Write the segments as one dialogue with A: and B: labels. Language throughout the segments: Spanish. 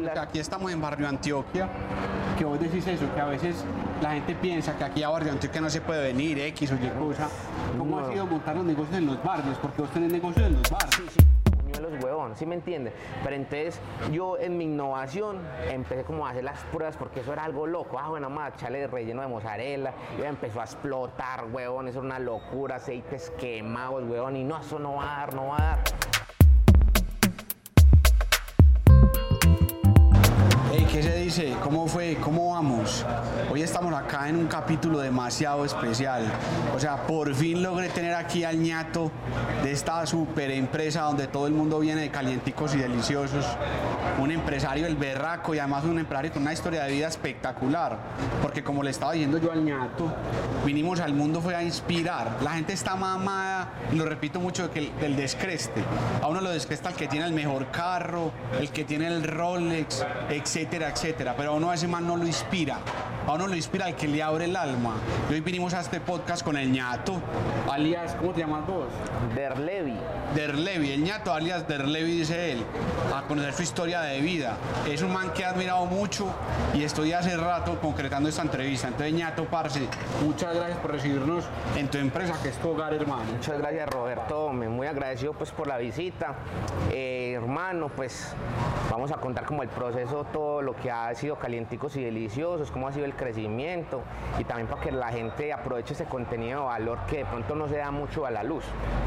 A: pilas.
B: Aquí estamos en Barrio Antioquia, que vos decís eso, que a veces la gente piensa que aquí a Barrio Antioquia no se puede venir, X o Y cosa. ¿Cómo ha sido montar los negocios en los barrios? Porque vos tenés negocios en los barrios.
A: Sí, los huevón, ¿sí me entiende? Pero entonces yo en mi innovación empecé como a hacer las pruebas porque eso era algo loco. Bueno, vamos a echarle relleno de mozzarella y empezó a explotar, huevón, eso era una locura, aceites quemados, huevón, y no, eso no va a dar, no va a dar.
B: ¿Qué se dice? ¿Cómo fue? ¿Cómo vamos? Hoy estamos acá en un capítulo demasiado especial. O sea, por fin logré tener aquí al ñato de esta super empresa donde todo el mundo viene de calienticos y deliciosos. Un empresario el berraco y además un empresario con una historia de vida espectacular. Porque como le estaba diciendo yo al ñato, vinimos al mundo fue a inspirar. La gente está mamada, y lo repito mucho, del descreste. A uno lo descresta el que tiene el mejor carro, el que tiene el Rolex, etcétera, etcétera, pero a uno a ese man no lo inspira, a uno lo inspira el que le abre el alma. Y hoy vinimos a este podcast con el ñato, alias, ¿cómo te llamas vos?
A: Derlevi.
B: Derlevi, el ñato alias Derlevi, dice él, a conocer su historia de vida. Es un man que he admirado mucho y estoy hace rato concretando esta entrevista. Entonces, ñato, parce, muchas gracias por recibirnos en tu empresa, que es tu hogar, hermano.
A: Muchas gracias, Roberto, muy agradecido pues por la visita. Hermano, pues vamos a contar como el proceso, todo lo que ha sido calienticos y deliciosos, cómo ha sido el crecimiento y también para que la gente aproveche ese contenido de valor que de pronto no se da mucho a la luz.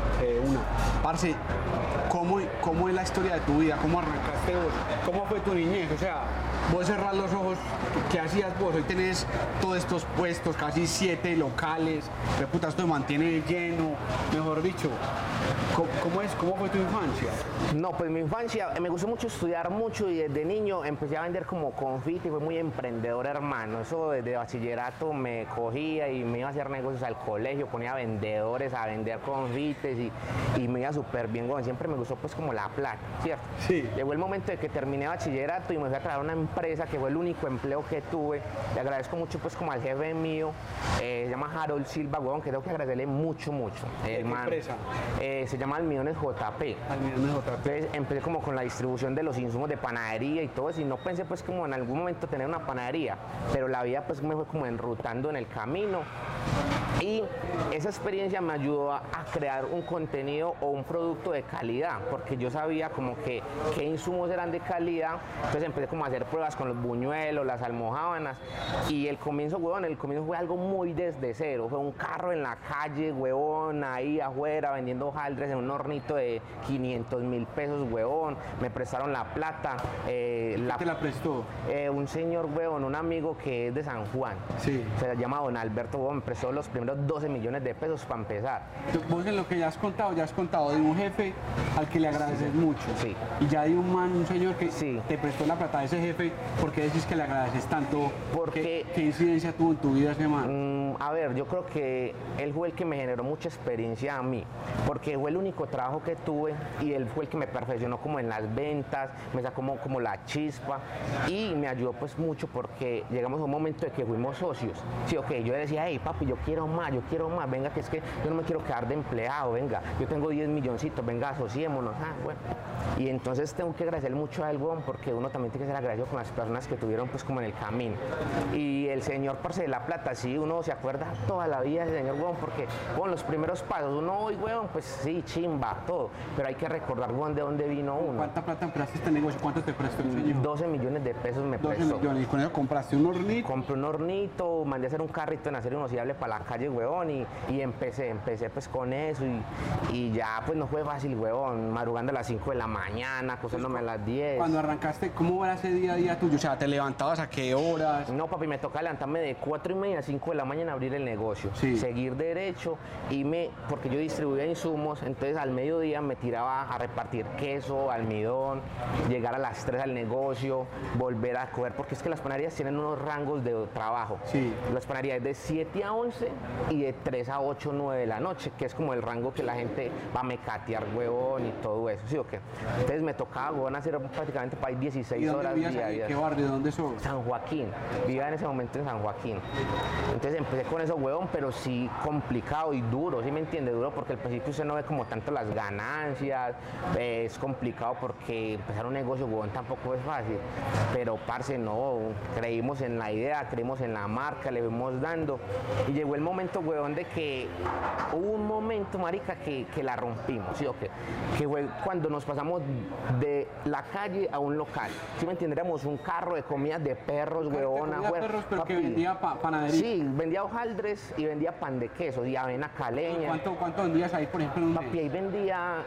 B: Parce, ¿cómo es la historia de tu vida? ¿Cómo arrancaste vos? ¿Cómo fue tu niñez? O sea, vos cerrás los ojos, ¿qué hacías vos? Hoy tenés todos estos puestos, casi 7 locales, de puta, esto te mantiene lleno, mejor dicho. ¿Cómo fue tu infancia?
A: No, pues mi infancia, me gustó mucho estudiar mucho y desde niño empecé a vender como confite y fue muy emprendedor, hermano. Eso desde bachillerato me cogía y me iba a hacer negocios al colegio, ponía vendedores a vender confites y me iba súper bien, bueno, siempre me gustó pues como la plata, ¿cierto?
B: Sí.
A: Llegó el momento de que terminé bachillerato y me fui a trabajar a una empresa que fue el único empleo que tuve. Le agradezco mucho pues como al jefe mío, se llama Harold Silva, huevón, que tengo que agradecerle mucho.
B: ¿Qué empresa?
A: Se llama Almidones JP.
B: Almidones JP.
A: Entonces empecé como con la distribución de los insumos de panadería y todo eso y no pensé pues como en algún momento tener una panadería, pero la vida pues me fue como enrutando en el camino y esa experiencia me ayudó a crear un contenido o un producto de calidad, porque yo sabía como que qué insumos eran de calidad. Entonces empecé como a hacer pruebas con los buñuelos, las almojábanas y el comienzo, huevón, fue algo muy desde cero. Fue un carro en la calle, huevón, ahí afuera vendiendo hojaldres en un hornito de 500.000 pesos, huevón. Me prestaron la plata.
B: ¿Quién te la prestó?
A: Un señor, huevón, un amigo que es de San Juan.
B: Sí.
A: Se llama Don Alberto, huevón, me prestó los primeros 12 millones de pesos para empezar.
B: Vos en lo que ya has contado de un jefe al que le agradeces mucho.
A: Sí.
B: Y ya de un man, un señor que
A: sí.
B: te prestó la plata de ese jefe, ¿por qué decís que le agradeces tanto?
A: Porque,
B: ¿Qué incidencia tuvo en tu vida ese man?
A: A ver, yo creo que él fue el que me generó mucha experiencia a mí, porque fue el único trabajo que tuve y él fue el que me perfeccionó como en las ventas, me sacó como la chispa y me ayudó pues mucho porque llegamos a un momento de que fuimos socios. Sí, ok, yo le decía, hey papi, yo quiero más, venga, que es que yo no me quiero quedar de empleado, venga, yo tengo 10 milloncitos, venga, asociémonos, bueno. Y entonces tengo que agradecer mucho a él, porque uno también tiene que ser agradecido con las personas que tuvieron pues como en el camino. Y el señor parce de la plata, sí, uno se acuerda toda la vida del señor, porque con los primeros pasos, uno hoy, pues sí, chimba, todo, pero hay que recordar, de dónde vino uno.
B: ¿Cuánta plata empezaste este negocio? ¿Cuánto te prestó el señor?
A: 12 millones de pesos me
B: 12
A: prestó.
B: millones, y con eso compraste un hornito.
A: Compré un hornito, mandé a hacer un carrito en acero inoxidable para la calle, huevón, y empecé pues con eso y ya pues no fue fácil, huevón, madrugando a las 5 de la mañana, acostándome a las 10.
B: Cuando arrancaste, ¿cómo era ese día a día tuyo? O sea, ¿te levantabas a qué horas?
A: No, papi, me toca levantarme de 4:30 a 5 de la mañana a abrir el negocio,
B: sí.
A: Seguir derecho porque yo distribuía insumos, entonces al mediodía me tiraba a repartir queso, almidón, llegar a las 3 al negocio, volver a coger, porque es que las panaderías tienen unos rangos de trabajo.
B: Sí.
A: Las panaderías de 7 a 11 y de 3 a 8, 9 de la noche, que es como el rango que la gente va a mecatear, huevón, y todo eso, ¿sí o qué? Entonces me tocaba, huevón, hacer prácticamente para ahí 16 horas diarias.
B: ¿Qué barrio? ¿Dónde sos?
A: San Joaquín, vivía en ese momento en San Joaquín. Entonces empecé con eso, huevón, pero sí complicado y duro, ¿sí me entiende? Duro porque al principio usted no ve como tanto las ganancias, es complicado porque empezar un negocio, huevón, tampoco es fácil, pero parce, no, creímos en la idea, creímos en la marca, le fuimos dando y llegó el momento, huevón, de que hubo un momento, marica, que la rompimos, ¿sí o qué? Que fue cuando nos pasamos de la calle a un local, ¿sí me entenderíamos? Un carro de comidas de perros, huevón,
B: de perros, pero que vendía panadería.
A: Sí, vendía hojaldres y vendía pan de queso y avena caleña.
B: ¿Cuánto vendías ahí, por ejemplo, en un mes?
A: Papi, ahí vendía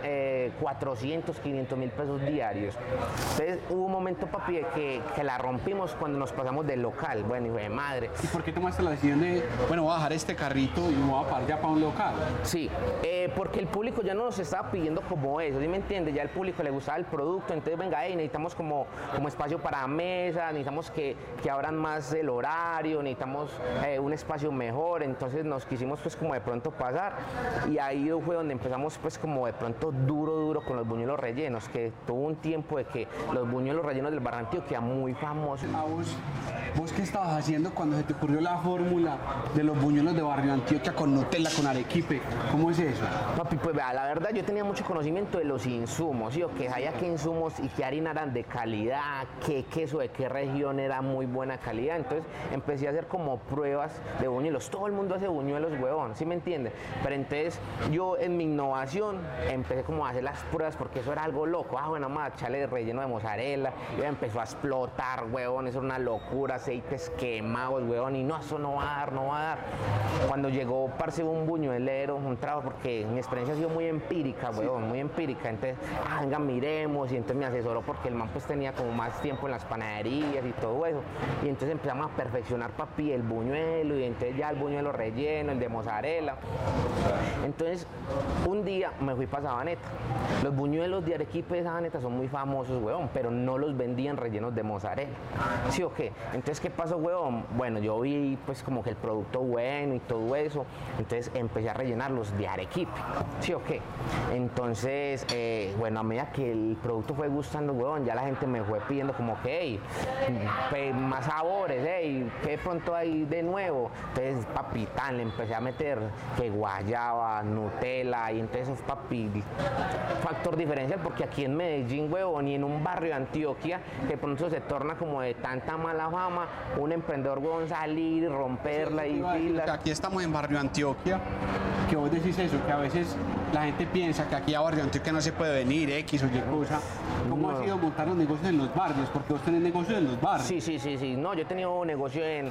A: 400, 500 mil pesos diarios. Entonces hubo un momento, papi, de que la rompimos cuando nos pasamos del local. Bueno, hijo de madre.
B: ¿Y por qué tomaste la decisión de, bueno, voy a dejar este carrito y me voy a parar ya para un local?
A: Sí, porque el público ya no nos estaba pidiendo como eso, ¿sí me entiende? Ya al público le gustaba el producto, entonces venga, necesitamos como espacio para mesa, necesitamos que abran más el horario, necesitamos un espacio mejor, entonces nos quisimos pues como de pronto pasar y ahí fue donde empezamos pues como de pronto duro con los buñuelos rellenos, que tuvo un tiempo de que los buñuelos rellenos del Barrio Antioquia muy famosos.
B: ¿A vos qué estabas haciendo cuando se te ocurrió la fórmula de los buñuelos de Barrio Antioquia con Nutella, con arequipe? ¿Cómo es eso?
A: Papi, pues vea, la verdad yo tenía mucho conocimiento de los insumos, ¿sí? O que sabía qué insumos y qué harina eran de calidad, qué queso de qué región era muy buena calidad, entonces empecé a hacer como pruebas de buñuelos. Todo el mundo hace buñuelos, huevón, ¿sí me entiende? Pero entonces yo en mi innovación empecé como a hacer las pruebas porque eso era algo loco. Bueno, vamos a echarle relleno de mozzarella y empezó a explotar, huevón, eso era una locura, aceites quemados, huevón, y no, eso no va a dar, no va a dar. Cuando llegó, parce, un buñuelero, un trabajo, porque mi experiencia ha sido muy empírica, huevón, muy empírica, entonces, venga, miremos, y entonces me asesoró porque el man pues tenía como más tiempo en las panaderías y todo eso, y entonces empezamos a perfeccionar, papi, el buñuelo, y entonces ya el buñuelo relleno, el de mozzarella. Entonces, un día me fui para Sabaneta. Los buñuelos de arequipe de Sabaneta son muy famosos, huevón, pero no los vendían rellenos de mozzarella. ¿Sí o qué? Entonces, ¿qué pasó, huevón? Bueno, yo vi pues como que el producto bueno y todo eso, entonces empecé a rellenarlos de arequipe. ¿Sí o qué? Entonces, bueno, a medida que el producto fue gustando, huevón, ya la gente me fue pidiendo como que, hey, más sabores, hey, ¿qué de pronto hay de nuevo? Entonces, papi, tan, le empecé a meter que guayaba, Nutella, y entonces, papi, factor diferencial, porque aquí en Medellín, huevón, y en un barrio de Antioquia, que de pronto se torna como de tanta mala fama, un emprendedor, huevón, salir, romperla y pilas.
B: Aquí estamos en Barrio Antioquia, que vos decís eso, que a veces la gente piensa que aquí a Barrio Antioquia no se puede venir, X o Y cosa. ¿Cómo ha sido montar los negocios en los barrios? Porque vos tenés negocios en los barrios.
A: Sí. No, yo he tenido un negocio en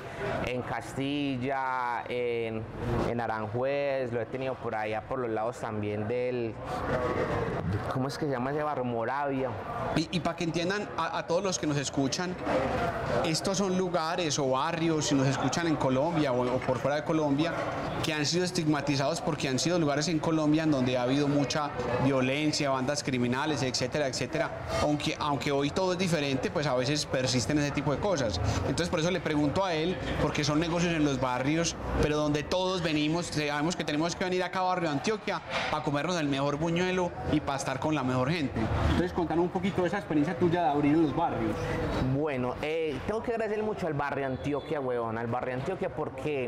A: Castilla, en Aranjuez, lo he tenido por allá por los lados también del, ¿cómo es que se llama ese barrio? Moravia.
B: Y para que entiendan a todos los que nos escuchan, estos son lugares o barrios, si nos escuchan en Colombia o por fuera de Colombia, que han sido estigmatizados porque han sido lugares en Colombia en donde ha habido mucha violencia, bandas criminales, etcétera, etcétera. Aunque hoy todo es diferente, pues a veces persisten ese tipo de cosas. Entonces por eso le pregunto a él, porque son negocios en los barrios, pero donde todos venimos, sabemos que tenemos que venir acá a Barrio Antioquia para comernos el mejor buñuelo y para estar con la mejor gente. Entonces contanos un poquito de esa experiencia tuya de abrir en los barrios.
A: Bueno, tengo que agradecer mucho al Barrio Antioquia, huevón, al Barrio Antioquia, porque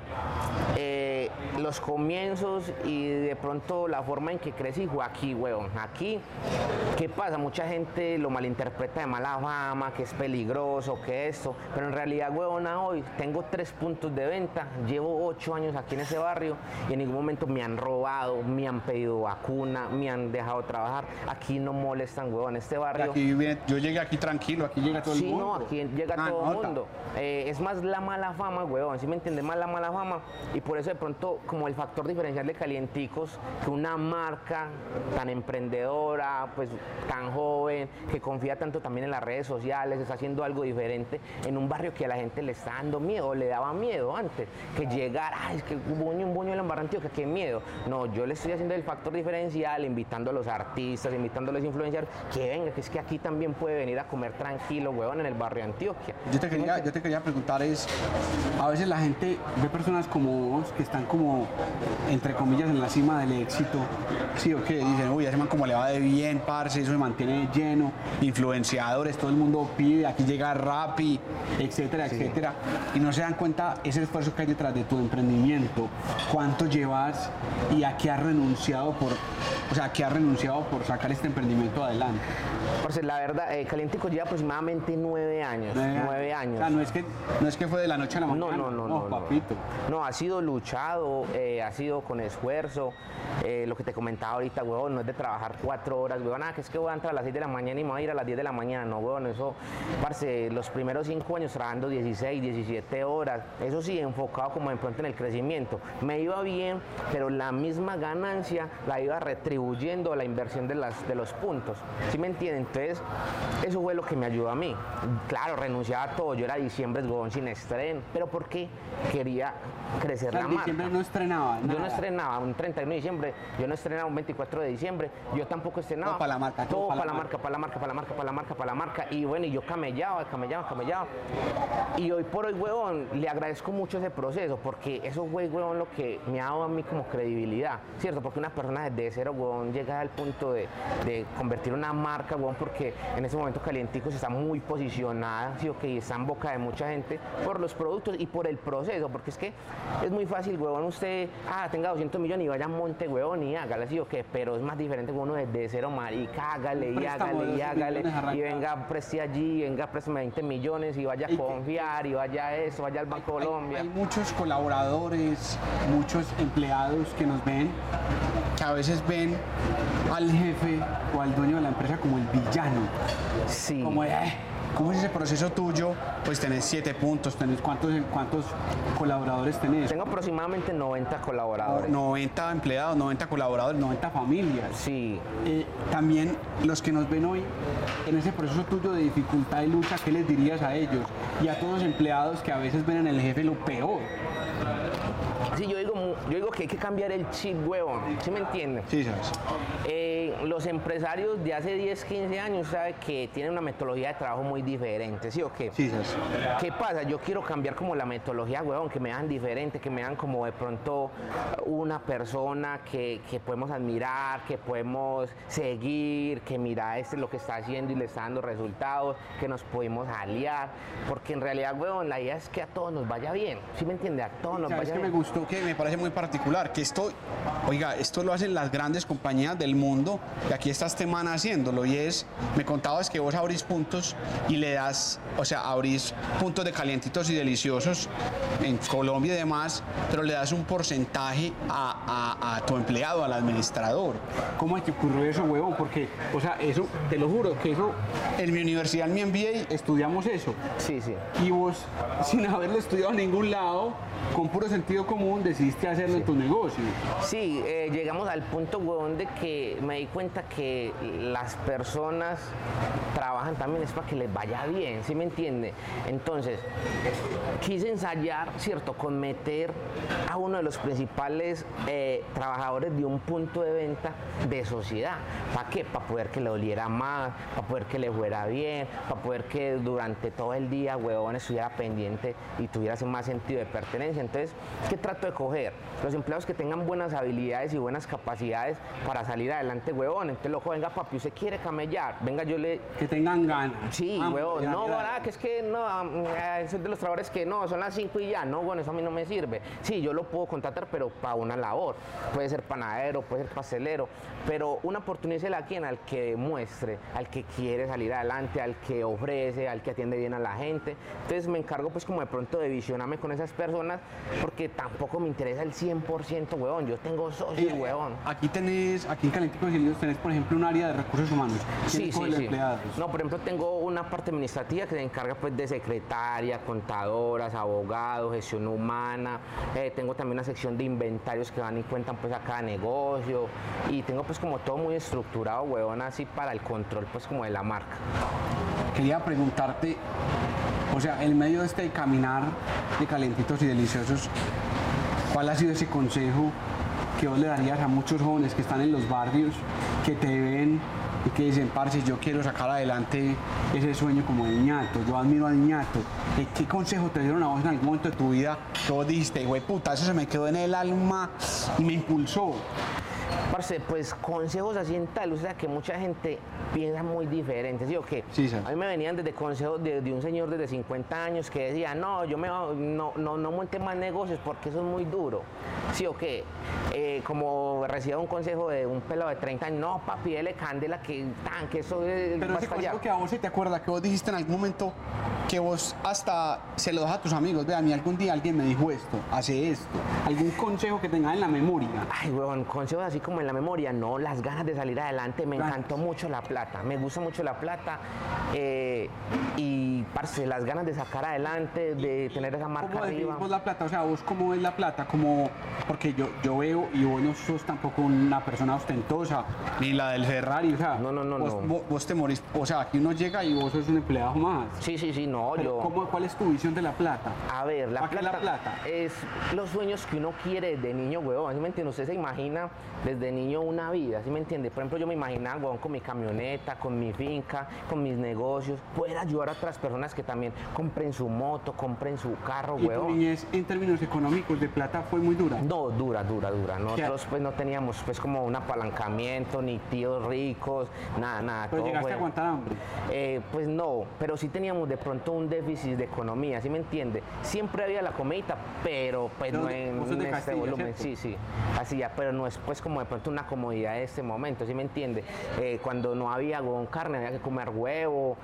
A: los comienzos y de pronto la forma en que crecí fue aquí, huevón. Aquí, ¿qué pasa? Mucha gente lo malinterpreta de mala fama, que es peligroso, que esto, pero en realidad, huevón, hoy tengo 3 puntos de venta, llevo 8 años aquí en ese barrio y en ningún momento me han robado, me han pedido vacuna, me han dejado trabajar. Aquí no molestan, huevón, este barrio.
B: Yo llegué aquí tranquilo, aquí llega todo el mundo.
A: Sí, no, aquí llega todo el mundo. Es más la mala fama, huevón, ¿sí me entiendes? Más la mala fama, y por eso de pronto como el factor diferencial de Calienticos, que una marca tan emprendedora, pues tan joven, que confía tanto también en las redes sociales, está haciendo algo diferente en un barrio que a la gente le está dando miedo, le daba miedo antes, que llegar, ay, es que un buñuelo en Barranquilla, qué miedo. No, yo le estoy haciendo el factor diferencial, invitando a los artistas, invitando a los influencers, que venga, que es que aquí también puede venir a comer tranquilo, huevón, en el barrio Antioquia.
B: Yo te quería preguntar a veces la gente ve personas como vos que están como, entre comillas, en la cima del éxito, sí o qué, dicen, uy, ese man como le va de bien, parce, eso se mantiene lleno, influenciadores, todo el mundo pide, aquí llega Rappi, etcétera, etcétera, y no se dan cuenta ese esfuerzo que hay detrás de tu emprendimiento, cuánto llevas y a qué has renunciado por sacar este emprendimiento adelante.
A: Porque la verdad, Calientico lleva aproximadamente 9 años. 9 años.
B: O sea, no es que fue de la noche a la mañana.
A: No,
B: papito.
A: No, ha sido luchado, ha sido con esfuerzo. Lo que te comentaba ahorita, huevón, no es de trabajar 4 horas, huevón, que es que voy a entrar a las 6 de la mañana y me voy a ir a las 10 de la mañana. No, huevón, eso, parce, los primeros 5 años trabajando 16, 17 horas. Eso sí, enfocado como de pronto en el crecimiento. Me iba bien, pero la misma ganancia la iba retribuyendo a la inversión de los puntos. ¿Sí me entienden? Entonces, eso fue lo que me ayudó a mí. Claro, renunciaba a todo. Yo era diciembre, huevón, sin estreno. ¿Pero por qué? Quería crecer la marca.
B: En diciembre no estrenaba nada.
A: Yo no estrenaba un 31 de diciembre, yo no estrenaba un 24 de diciembre, yo tampoco estrenaba.
B: Todo para la marca.
A: Todo para la marca. Y bueno, y yo camellaba. Y hoy por hoy, huevón, le agradezco mucho ese proceso, porque eso fue, huevón, lo que me ha dado a mí como credibilidad, ¿cierto? Porque una persona desde cero, huevón, llega al punto de convertir una marca, huevón, porque en ese momento Calienticos está muy posicionada, ¿sí? Que está en boca de mucha gente por los productos y por el proceso, porque es que es muy fácil, huevón, usted, tenga 200 millones y vaya a monte, huevón, y hágale, ¿sí? Pero es más diferente que uno desde cero, marica, hágale, y venga, preste allí, venga, préstame 20 millones y vaya a confiar, y vaya a eso, vaya al Banco Colombia.
B: Hay muchos colaboradores, muchos empleados que nos ven, que a veces ven al jefe o al dueño de la empresa como el villano.
A: Sí.
B: Como ¿cómo es ese proceso tuyo? Pues tenés 7 puntos, ¿cuántos colaboradores tenés?
A: Tengo aproximadamente 90 colaboradores.
B: 90 empleados, 90 colaboradores, 90 familias.
A: Sí.
B: También los que nos ven hoy, en ese proceso tuyo de dificultad y lucha, ¿qué les dirías a ellos? Y a todos los empleados que a veces ven en el jefe lo peor.
A: Sí, yo digo que hay que cambiar el chip, huevón, ¿sí me entiendes?
B: Sí, sabes.
A: Los empresarios de hace 10, 15 años saben que tienen una metodología de trabajo muy diferente, ¿sí o qué?
B: Sí, sabes.
A: ¿Qué pasa? Yo quiero cambiar como la metodología, huevón, que me hagan diferente, que me hagan como de pronto una persona que podemos admirar, que podemos seguir, que mira lo que está haciendo y le está dando resultados, que nos podemos aliar, porque en realidad, huevón, la idea es que a todos nos vaya bien, ¿sí me entiendes? A todos nos vaya bien.
B: Me gustó, que me parece muy particular, que esto lo hacen las grandes compañías del mundo, y aquí está este man haciéndolo, y me contabas que vos abrís puntos y le das, o sea, abrís puntos de calientitos y deliciosos en Colombia y demás, pero le das un porcentaje a tu empleado, al administrador. ¿Cómo es que ocurrió eso, huevón? Porque, o sea, eso, te lo juro, que eso, en mi universidad, en mi MBA, estudiamos eso.
A: Sí, sí.
B: Y vos, sin haberlo estudiado en ningún lado, con puro sentido común, decidiste hacerlo en tu negocio.
A: Sí, llegamos al punto, huevón, de que me di cuenta que las personas trabajan también es para que les vaya bien, ¿sí me entiende? Entonces, quise ensayar, ¿cierto?, con meter a uno de los principales trabajadores de un punto de venta de sociedad. ¿Para qué? Para poder que le doliera más, para poder que le fuera bien, para poder que durante todo el día, huevón, estuviera pendiente y tuviera más sentido de pertenencia. Entonces, ¿qué trato de coger? Los empleados que tengan buenas habilidades y buenas capacidades para salir adelante, huevón. Entonces, loco, venga, papi, ¿usted quiere camellar? Venga, yo le...
B: Que tengan ganas.
A: Sí, huevón. No, ¿verdad? Que es que no, soy de los trabajadores que no, son las 5 y ya. No, bueno, eso a mí no me sirve. Sí, yo lo puedo contratar, pero para una labor. Puede ser panadero, puede ser pastelero, pero una oportunidad es a quien, al que demuestre, al que quiere salir adelante, al que ofrece, al que atiende bien a la gente. Entonces, me encargo pues como de pronto de visionarme con esas personas, porque tampoco tampoco me interesa el 100%, huevón. Yo tengo socios, huevón.
B: Aquí en Calenticos y Líos tenés, por ejemplo, un área de recursos humanos.
A: Sí.
B: Empleados?
A: No, por ejemplo, tengo una parte administrativa que se encarga pues de secretaria, contadoras, abogados, gestión humana. Tengo también una sección de inventarios que van y cuentan pues a cada negocio. Y tengo pues como todo muy estructurado, huevón, así para el control pues como de la marca.
B: Quería preguntarte, o sea, en medio de este caminar de Calentitos y Deliciosos, ¿cuál ha sido ese consejo que vos le darías a muchos jóvenes que están en los barrios, que te ven y que dicen, parce, yo quiero sacar adelante ese sueño como el ñato, yo admiro al ñato? ¿Qué consejo te dieron a vos en algún momento de tu vida que vos dijiste, güey, puta, eso se me quedó en el alma y me impulsó?
A: Parce, pues consejos así en tal, o sea que mucha gente piensa muy diferente, ¿sí o qué?
B: Sí.
A: A mí me venían desde consejos de un señor de 50 años que decía, no, yo no monte más negocios porque eso es muy duro, ¿sí o qué? Como recibía un consejo de un pelado de 30 años, no, papi, dele candela que eso es...
B: Pero ese consejo que a vos se te acuerda, que vos dijiste en algún momento, que vos hasta se lo das a tus amigos, ve, a mí algún día alguien me dijo esto, hace esto, algún consejo que tengas en la memoria.
A: Ay, huevón, consejos así como en la memoria, no, las ganas de salir adelante, me encantó mucho La Plata, me gusta mucho La Plata y, parce, las ganas de sacar adelante, de tener esa marca
B: ¿Cómo
A: arriba.
B: ¿Cómo La Plata? O sea, vos cómo ves La Plata, como, porque yo veo, y vos no sos tampoco una persona ostentosa, ni la del Ferrari, o sea, vos te morís, o sea, aquí uno llega y vos sos un empleado más.
A: Sí, no,
B: pero ¿cuál es tu visión de La Plata?
A: A ver, La Plata es los sueños que uno quiere de niño, huevón, ¿sí me entiende? Usted se imagina desde niño una vida, ¿sí me entiende? Por ejemplo, yo me imaginaba, huevón, con mi camioneta, con mi finca, con mis negocios, poder ayudar a otras personas que también compren su moto, compren su carro, huevón.
B: ¿Y tu niñez en términos económicos de plata fue muy dura?
A: No, dura. Nosotros pues no teníamos pues como un apalancamiento, ni tíos ricos, nada.
B: ¿Pero llegaste a aguantar hambre?
A: Pues no, pero sí teníamos de pronto un déficit de economía, ¿sí me entiende? Siempre había la comidita, pero pues no en este volumen, sí, así ya, pero no es pues como de pronto una comodidad de este momento, ¿sí me entiende? Cuando no había, huevón, carne, había que comer huevo,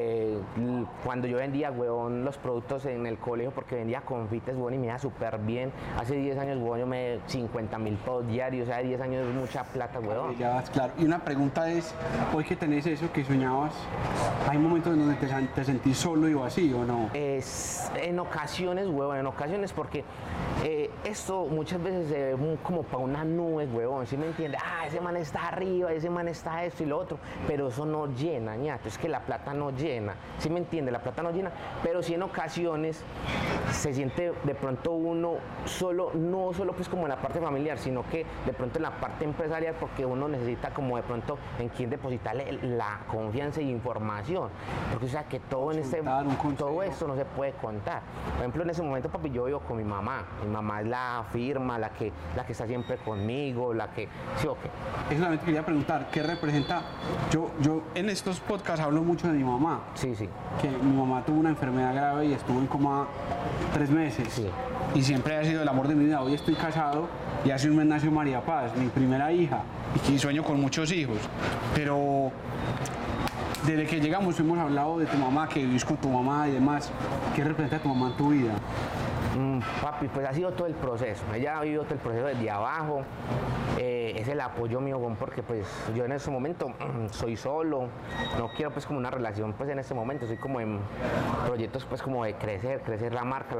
A: cuando yo vendía, huevón, los productos en el colegio porque vendía confites, huevón, y me iba súper bien. Hace 10 años, huevón, yo me 50.000 pesos diarios, o sea, 10 años es mucha plata, huevón.
B: Ya vas, claro. Y una pregunta es, hoy que tenés eso que soñabas, ¿hay momentos en donde te sentís solo y vacío o no?
A: En ocasiones, huevón, porque esto muchas veces se ve como para una nube, huevón, ¿sí me entiende? Ese man está arriba, ese man está esto y lo otro, pero eso no llena, ñato, es que la plata no llena, ¿sí me entiende? La plata no llena, pero sí en ocasiones se siente de pronto uno solo, no solo pues como en la parte familiar, sino que de pronto en la parte empresarial, porque uno necesita como de pronto en quien depositarle la confianza y información, porque o sea que todo todo esto no se puede contar. Por ejemplo, en ese momento, papi, yo vivo con mi mamá es la firma, la que está siempre conmigo, la que, sí o qué.
B: Eso también te quería preguntar, ¿qué representa? Yo en estos podcasts hablo mucho de mi mamá.
A: Sí.
B: Que mi mamá tuvo una enfermedad grave y estuvo en coma 3 meses.
A: Sí.
B: Y siempre ha sido el amor de mi vida. Hoy estoy casado y hace un mes nació María Paz, mi primera hija. Y sueño con muchos hijos. Pero desde que llegamos hemos hablado de tu mamá, que vivís con tu mamá y demás. ¿Qué representa tu mamá en tu vida?
A: Papi, pues ha sido todo el proceso. Ella ha vivido todo el proceso desde abajo. Es el apoyo mío, porque pues yo en este momento soy solo, no quiero pues como una relación pues en este momento, soy como en proyectos pues como de crecer la marca.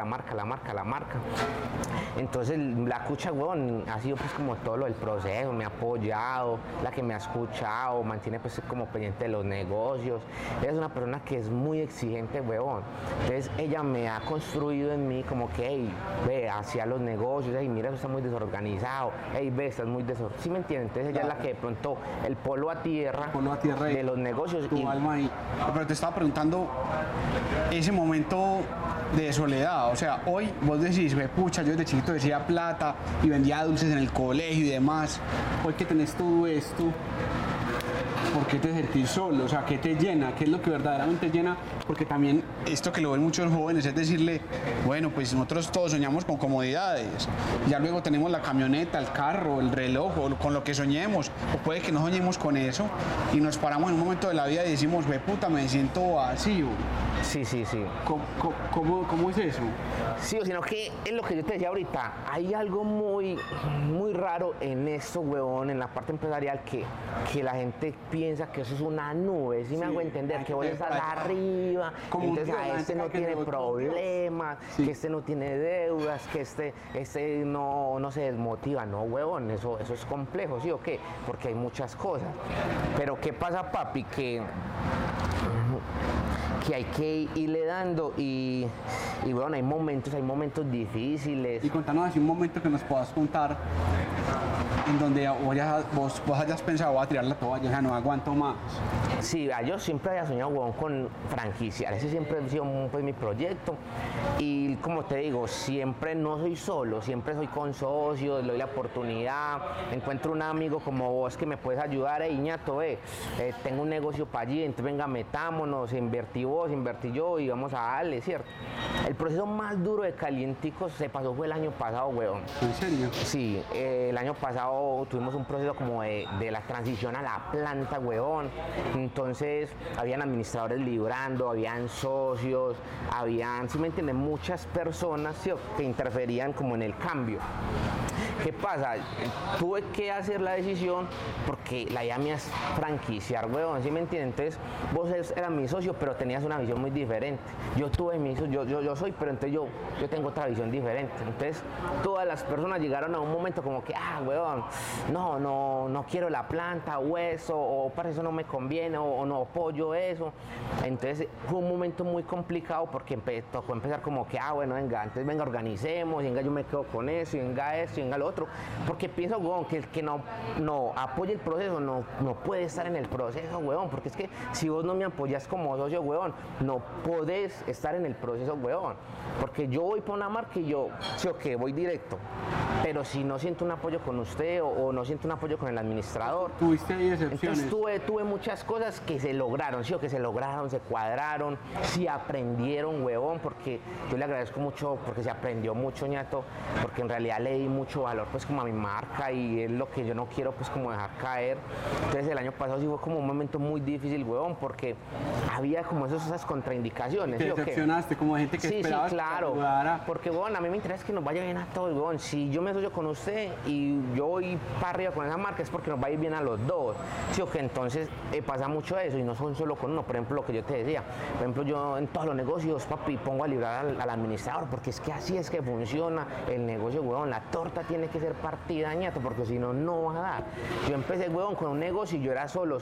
A: Entonces la cucha, huevón, ha sido pues como todo lo del proceso, me ha apoyado, la que me ha escuchado, mantiene pues como pendiente de los negocios. Ella es una persona que es muy exigente, huevón. Entonces ella me ha construido en mí como que, hey, ve, hacia los negocios, hey, mira, eso está muy desorganizado, hey, ve, estás muy desorganizado. ¿Sí me entienden? Entonces ella es la que de pronto el polo a tierra de los negocios.
B: Tu alma ahí. Pero te estaba preguntando ese momento de soledad, o sea, hoy vos decís, ve, pucha, yo desde chiquito decía plata y vendía dulces en el colegio y demás. Hoy que tenés todo esto, ¿por qué te sentís solo? O sea, ¿qué te llena? ¿Qué es lo que verdaderamente llena? Porque también esto que lo ven muchos jóvenes es decirle, bueno, pues nosotros todos soñamos con comodidades. Ya luego tenemos la camioneta, el carro, el reloj, o con lo que soñemos. O puede que no soñemos con eso y nos paramos en un momento de la vida y decimos, ve, puta, me siento vacío.
A: Sí, sí, sí.
B: ¿Cómo es eso?
A: Sí, o sino que es lo que yo te decía ahorita, hay algo muy, muy raro en esto, huevón, en la parte empresarial, que la gente piensa que eso es una nube, ¿sí me hago entender? Que vos estás arriba, entonces a este no tiene problemas, que este no tiene deudas, que este no se desmotiva, no, huevón, eso es complejo, ¿sí o qué? Porque hay muchas cosas. Pero ¿qué pasa, papi? Que hay que irle dando y bueno, hay momentos difíciles.
B: Y contanos así un momento que nos puedas contar en donde vos hayas pensado, voy a tirar la toalla, ya no aguanto más.
A: Sí, yo siempre había soñado, huevón, con franquiciar, ese siempre ha sido pues, mi proyecto y como te digo, siempre no soy solo, siempre soy con socios, le doy la oportunidad, encuentro un amigo como vos que me puedes ayudar, Iñato, tengo un negocio para allí, entonces venga, metámonos, invertí vos, invertí yo y vamos a darle, ¿cierto? El proceso más duro de Calienticos se pasó fue el año pasado, huevón.
B: ¿En serio?
A: Sí, el año pasado tuvimos un proceso como de la transición a la planta, huevón. Entonces, habían administradores librando, habían socios, habían, si me entienden, muchas personas, ¿sí?, que interferían como en el cambio. ¿Qué pasa? Tuve que hacer la decisión porque la idea mía es franquiciar, huevón, ¿sí me entienden? Entonces, vos eras mi socio, pero tenías una visión muy diferente. Yo tuve mi socio, yo soy, pero entonces yo tengo otra visión diferente. Entonces, todas las personas llegaron a un momento como que, huevón, no quiero la planta o eso, o para eso no me conviene, o no apoyo eso. Entonces, fue un momento muy complicado porque tocó empezar como que, bueno, venga, entonces venga, organicemos, venga, yo me quedo con eso, venga esto, venga lo otro, porque pienso, huevón, que el que no apoye el proceso no puede estar en el proceso, huevón, porque es que si vos no me apoyas como socio, huevón, no podés estar en el proceso, huevón, porque yo voy para una marca y yo, sí o qué, voy directo, pero si no siento un apoyo con usted o no siento un apoyo con el administrador.
B: ¿Tuviste ahí excepciones?
A: Entonces tuve muchas cosas que se lograron, sí o que se lograron, se cuadraron, se aprendieron, huevón, porque yo le agradezco mucho, porque se aprendió mucho, ñato, porque en realidad le di mucho valor pues como a mi marca y es lo que yo no quiero pues como dejar caer. Entonces el año pasado sí fue como un momento muy difícil, huevón, porque había como esas contraindicaciones.
B: ¿Te decepcionaste como gente que esperaba?
A: Sí, claro, porque huevón, a mí me interesa que nos vaya bien a todos, huevón. Si yo me asocio con usted y yo voy para arriba con esa marca es porque nos va a ir bien a los dos. Sí, o que entonces pasa mucho eso y no son solo con uno. Por ejemplo, lo que yo te decía, por ejemplo, yo en todos los negocios, papi, pongo a librar al administrador porque es que así es que funciona el negocio, huevón. La torta tiene que ser partida, ñato, porque si no, no va a dar. Yo empecé, huevón, con un negocio y yo era solo.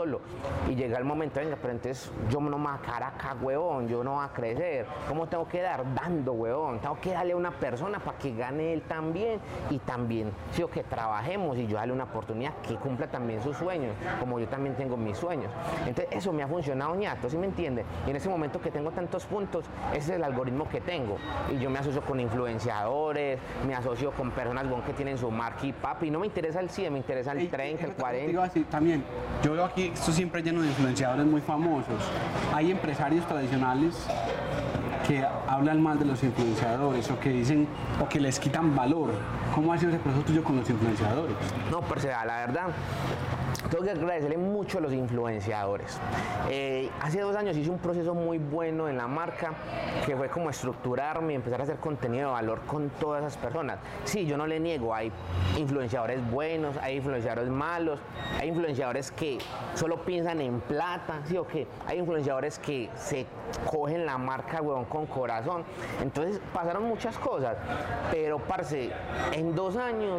A: Y llega el momento, venga, pero entonces yo no me voy a quedar acá, huevón, yo no voy a crecer. ¿Cómo tengo que dar? Dando, huevón. Tengo que darle a una persona para que gane él también y también, sí, o que trabajemos y yo darle una oportunidad que cumpla también sus sueños, como yo también tengo mis sueños. Entonces, eso me ha funcionado, ñato, ¿sí me entiende? Y en ese momento que tengo tantos puntos, ese es el algoritmo que tengo. Y yo me asocio con influenciadores, me asocio con personas, huevón, que tienen su marca y papi, no me interesa el 100, me interesa el 30, el 40.
B: Digo así, también, yo veo aquí, esto siempre lleno de influenciadores muy famosos. Hay empresarios tradicionales que hablan mal de los influenciadores o que dicen o que les quitan valor. ¿Cómo ha sido ese proceso tuyo con los influenciadores?
A: No, pero la verdad, tengo que agradecerle mucho a los influenciadores. Hace 2 años hice un proceso muy bueno en la marca que fue como estructurarme y empezar a hacer contenido de valor con todas esas personas. Sí, yo no le niego, hay influenciadores buenos, hay influenciadores malos, hay influenciadores que solo piensan en plata, ¿sí o qué? Hay influenciadores que se cogen la marca, huevón, con corazón. Entonces pasaron muchas cosas, pero parce, en 2 años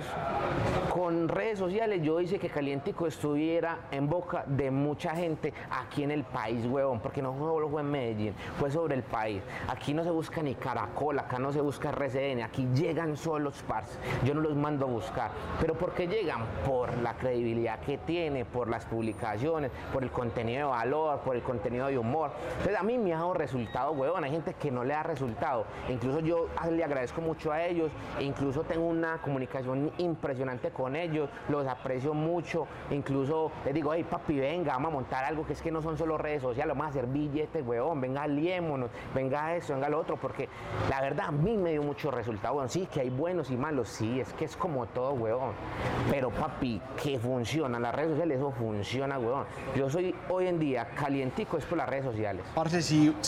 A: con redes sociales yo hice que Calientico estuviera en boca de mucha gente aquí en el país, huevón, porque no solo fue en Medellín, fue sobre el país. Aquí no se busca ni Caracol, acá no se busca RCN, aquí llegan solos, parce. Yo no los mando a buscar, pero ¿por qué llegan? Por la credibilidad que tiene, por las publicaciones, por el contenido de valor, por el contenido de humor. Entonces a mí me ha dado resultado, huevón. Hay gente que no le da resultado. Incluso yo le agradezco mucho a ellos e incluso tengo una comunicación impresionante con ellos, los aprecio mucho, incluso incluso les digo, hey papi, venga, vamos a montar algo que es que no son solo redes sociales, vamos a hacer billetes, weón, venga, aliémonos, venga esto, venga lo otro, porque la verdad a mí me dio mucho resultado, weón. Sí, que hay buenos y malos, sí, es que es como todo, weón, pero papi, que funciona, las redes sociales, eso funciona, weón. Yo soy hoy en día calientico, es por las redes sociales.
B: Parce,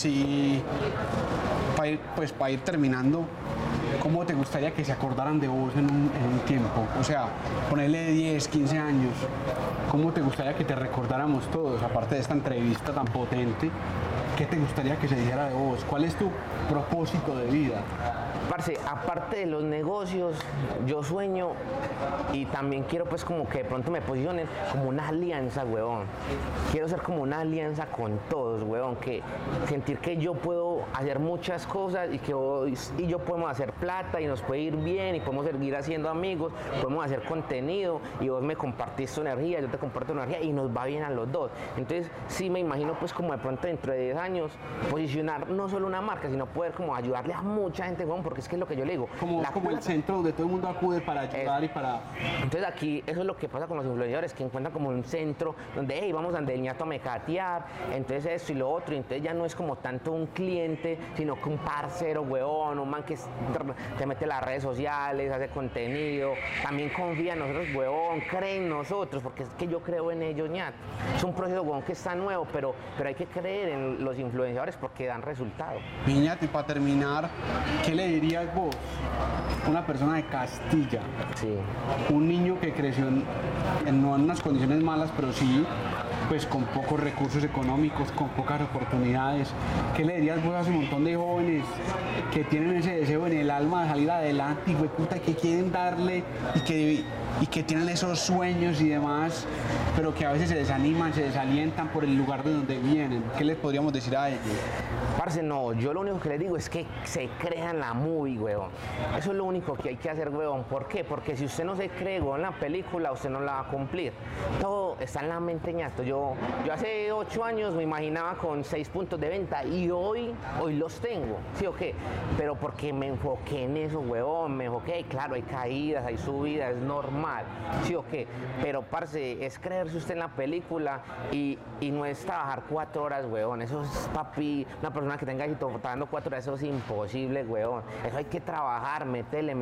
B: para ir terminando, ¿cómo te gustaría que se acordaran de vos en un tiempo? O sea, ponerle 10, 15 años, ¿cómo te gustaría que te recordáramos todos, aparte de esta entrevista tan potente? ¿Qué te gustaría que se dijera de vos? ¿Cuál es tu propósito de vida?
A: Parce, aparte de los negocios, yo sueño y también quiero pues como que de pronto me posicionen como una alianza, huevón. Quiero ser como una alianza con todos, huevón, que sentir que yo puedo hacer muchas cosas y que vos y yo podemos hacer plata y nos puede ir bien y podemos seguir haciendo amigos, podemos hacer contenido y vos me compartís tu energía, yo te comparto tu energía y nos va bien a los dos. Entonces sí me imagino pues como de pronto dentro de 10 años posicionar no solo una marca, sino poder como ayudarle a mucha gente, huevón, porque es que es lo que yo le digo.
B: Como el centro donde todo el mundo acude para ayudar y para...
A: Entonces aquí eso es lo que pasa con los influenciadores, que encuentran como un centro donde, hey, vamos a andar el ñato a mecatear, entonces esto y lo otro, y entonces ya no es como tanto un cliente, sino que un parcero, huevón, un man que te mete en las redes sociales, hace contenido, también confía en nosotros, huevón, cree en nosotros, porque es que yo creo en ellos, ñato. Es un proceso, huevón, que está nuevo, pero hay que creer en los influenciadores porque dan resultados.
B: Ñato, y para terminar, ¿qué le dirías vos? Una persona de Castilla,
A: sí,
B: un niño que creció no en unas condiciones malas, pero sí pues con pocos recursos económicos, con pocas oportunidades. ¿Qué le dirías vos a ese montón de jóvenes que tienen ese deseo en el alma de salir adelante y puta, que quieren darle y que tienen esos sueños y demás, pero que a veces se desaniman, se desalientan por el lugar de donde vienen? ¿Qué les podríamos decir a ellos?
A: Parce, no, yo lo único que les digo es que se crean la movie, huevón. Eso es lo único que hay que hacer, huevón. ¿Por qué? Porque si usted no se cree, huevón, la película, usted no la va a cumplir. Todo está en la mente, ñato. Yo hace 8 años me imaginaba con 6 puntos de venta y hoy los tengo, ¿sí o qué? Pero porque me enfoqué en eso, huevón, me enfoqué, claro, hay caídas, hay subidas, es normal, ¿sí o qué? Pero, parce, es creerse usted en la película y no es trabajar 4 horas, huevón. Eso es, papi, una persona que tenga éxito trabajando 4 horas, eso es imposible, huevón. Eso hay que trabajar, métele,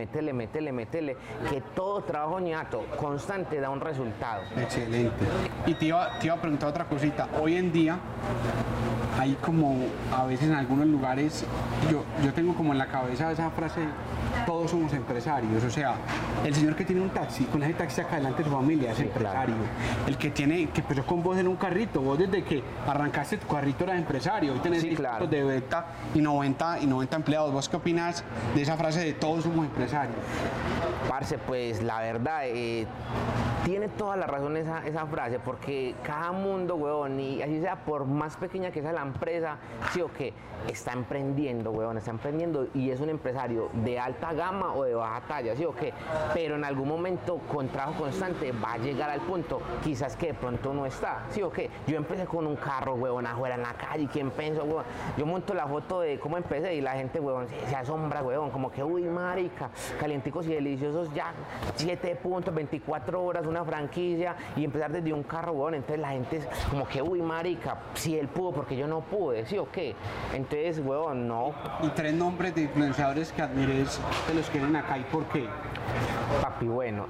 A: que todo trabajo, ñato, constante da un resultado.
B: Excelente. Y te iba a preguntar otra cosita. Hoy en día hay como, a veces en algunos lugares, yo tengo como en la cabeza esa frase, todos somos empresarios. O sea, el señor que tiene un taxi, con ese taxi acá adelante de su familia, es empresario. Claro. El que empezó con vos en un carrito, vos desde que arrancaste tu carrito eras empresario. Hoy tenés
A: claro,
B: de beta y 90 empleados. ¿Vos qué opinas de esa frase de todos somos empresarios?
A: Parce, pues la verdad, tiene toda la razón esa frase, porque cada mundo, huevón, y así sea por más pequeña que sea la empresa, sí o qué, está emprendiendo, huevón, está emprendiendo y es un empresario de alta gama o de baja talla, sí o qué, pero en algún momento con trabajo constante va a llegar al punto, quizás que de pronto no está, sí o qué. Yo empecé con un carro, huevón, afuera en la calle, ¿quién pensó, huevón? Yo monto la foto de cómo empecé y la gente, huevón, se asombra, huevón, como que, uy, marica, calienticos y deliciosos ya, 7 puntos, 24 horas, una franquicia y empezar desde un carro, huevón. Entonces la gente es como que, uy, marica, si él pudo, porque yo no pude, ¿sí o qué? Entonces, huevón, no.
B: ¿Y 3 nombres de influenciadores que admires de los que vienen acá y por qué?
A: Papi, bueno,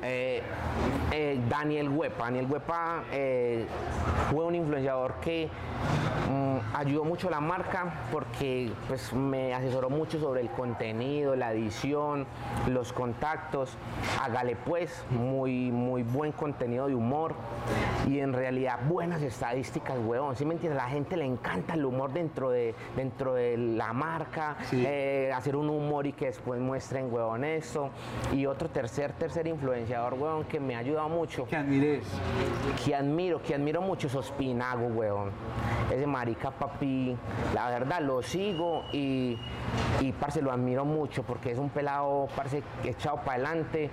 A: Daniel Huepa fue un influenciador que ayudó mucho a la marca porque pues me asesoró mucho sobre el contenido, la edición, los contactos. Hágale pues, muy buen contenido de humor y en realidad buenas estadísticas, huevón. ¿Sí me entiendes? A la gente le encanta el humor dentro de la marca, sí. Hacer un humor y que después muestren, huevón, esto. Y otro tercer influenciador, huevón, que me ha ayudado mucho.
B: ¿Que admires?
A: Que admiro mucho es Ospinago, huevón. Ese marica, papi, la verdad lo sigo y y parce, lo admiro mucho porque es un pelado, parce, echado para adelante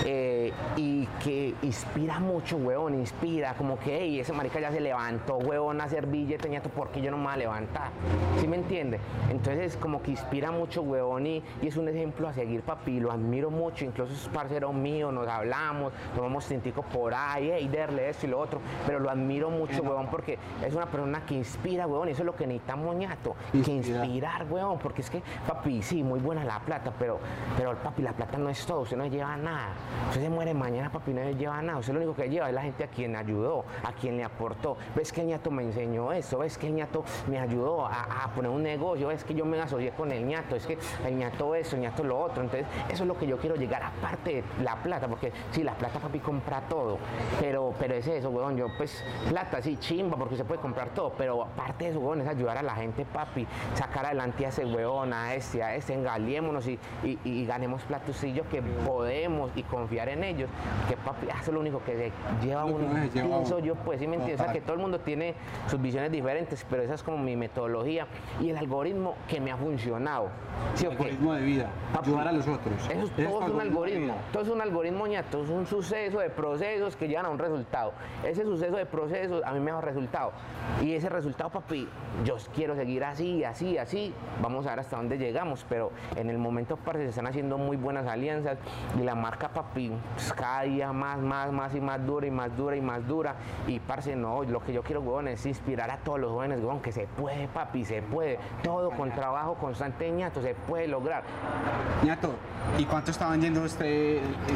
A: y que inspira mucho, huevón, inspira, como que, hey, ese marica ya se levantó, huevón, a hacer billete, ñato, ¿por qué yo no me voy a levantar? ¿Sí me entiende? Entonces, como que inspira mucho, huevón, y es un ejemplo a seguir, papi, lo admiro mucho, incluso es parcero mío, nos hablamos, tomamos tintico por ahí, hey, derle esto y lo otro, pero lo admiro mucho, huevón, porque es una persona que inspira, huevón, y eso es lo que necesitamos, ñato, que inspirar, huevón, porque es que, papi, sí, muy buena la plata, pero papi, la plata no es todo, usted no lleva nada, usted se muere mañana, papi, no lleva nada, usted lo único que lleva es la gente a quien ayudó, a quien le aportó, ves que el ñato me enseñó eso, ves que el ñato me ayudó a poner un negocio, ves que yo me asocié con el ñato, es que el ñato eso, el ñato lo otro, entonces eso es lo que yo quiero llegar, aparte de la plata, porque sí, la plata, papi, compra todo, pero es eso, huevón, yo pues, plata, sí, chimba, porque se puede comprar todo, pero aparte de eso, huevón, es ayudar a la gente, papi, sacar adelante a ese huevón, a este, engaliémonos y ganemos platillos que podemos y confiar en ellos, que papi, eso es lo único que se lleva uno, pienso yo, pues, ¿sí me entiendes? O sea, que todo el mundo tiene sus visiones diferentes, pero esa es como mi metodología y el algoritmo que me ha funcionado. ¿Sí,
B: el algoritmo de vida, papi, ayudar a los otros.
A: Eso es todo, es un algoritmo, todo es un algoritmo, ñato, es un suceso de procesos que llevan a un resultado. Ese suceso de procesos a mí me da resultado y ese resultado, papi, yo quiero seguir así, vamos a ver hasta dónde llegamos, pero en el momento, parce, se están haciendo muy buenas alianzas y la marca, papi, pues, cada día más y más dura y más dura y más dura y, parce, no, lo que yo quiero, huevón, es inspirar a todos los jóvenes, huevón, que se puede, papi, se puede, todo con trabajo constante, ñato, se puede lograr.
B: Ñato, ¿y cuánto está vendiendo este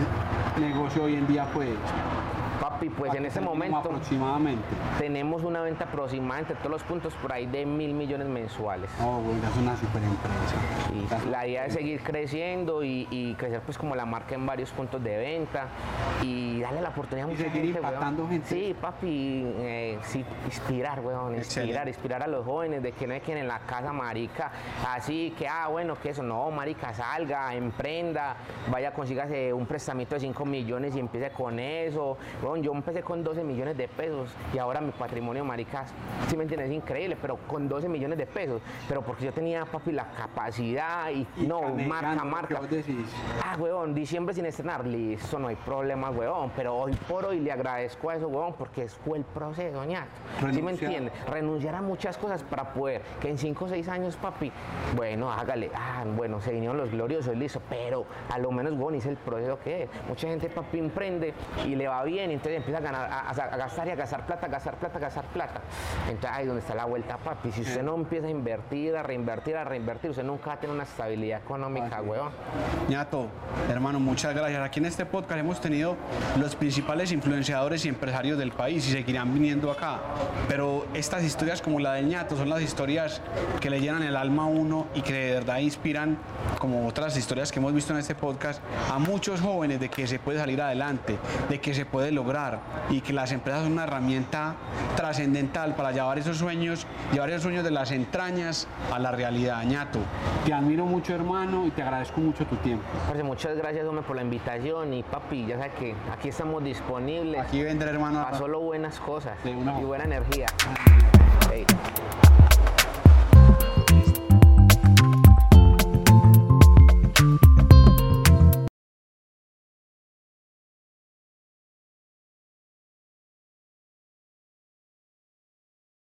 B: negocio hoy en día, pues?
A: Papi, pues en ese momento
B: aproximadamente
A: tenemos una venta aproximadamente todos los puntos por ahí de 1.000 millones mensuales.
B: Oh, bueno, es una super empresa.
A: Y la idea es seguir creciendo y crecer pues como la marca en varios puntos de venta y darle la oportunidad a mucha gente,
B: impactando gente.
A: Sí, papi, sí, inspirar, weón, inspirar a los jóvenes de que no es quien en la casa, marica, así que, bueno, que eso, no, marica, salga, emprenda, vaya, consígase un prestamito de 5 millones y empiece con eso. Bueno, yo empecé con 12 millones de pesos y ahora mi patrimonio, marica, sí me entiendes, es increíble, pero con 12 millones de pesos, pero porque yo tenía, papi, la capacidad y no, marca. Huevón, diciembre sin estrenar, listo, no hay problema, huevón, pero hoy por hoy le agradezco a eso, huevón, porque fue el proceso, ñato, ¿sí me entiendes? Renunciar a muchas cosas para poder, que en 5 o 6 años, papi, bueno, hágale, bueno, se vinieron los gloriosos, listo, pero a lo menos, huevón, hice el proceso que es. Mucha gente, papi, emprende y le va bien, entonces empieza a ganar, a gastar y a gastar plata. Entonces ahí es donde está la vuelta, papi. Si usted no empieza a invertir, a reinvertir, usted nunca va a tener una estabilidad económica, huevón.
B: Ñato, hermano, muchas gracias. Aquí en este podcast hemos tenido los principales influenciadores y empresarios del país y seguirán viniendo acá. Pero estas historias como la del Ñato son las historias que le llenan el alma a uno y que de verdad inspiran, como otras historias que hemos visto en este podcast, a muchos jóvenes de que se puede salir adelante, de que se puede lograr y que las empresas son una herramienta trascendental para llevar esos sueños de las entrañas a la realidad. Ñato, te admiro mucho, hermano, y te agradezco mucho tu tiempo.
A: Parce, muchas gracias, hombre, por la invitación y, papi, ya sabes que aquí estamos disponibles.
B: Aquí vendré, hermano,
A: para solo buenas cosas y buena energía. Hey.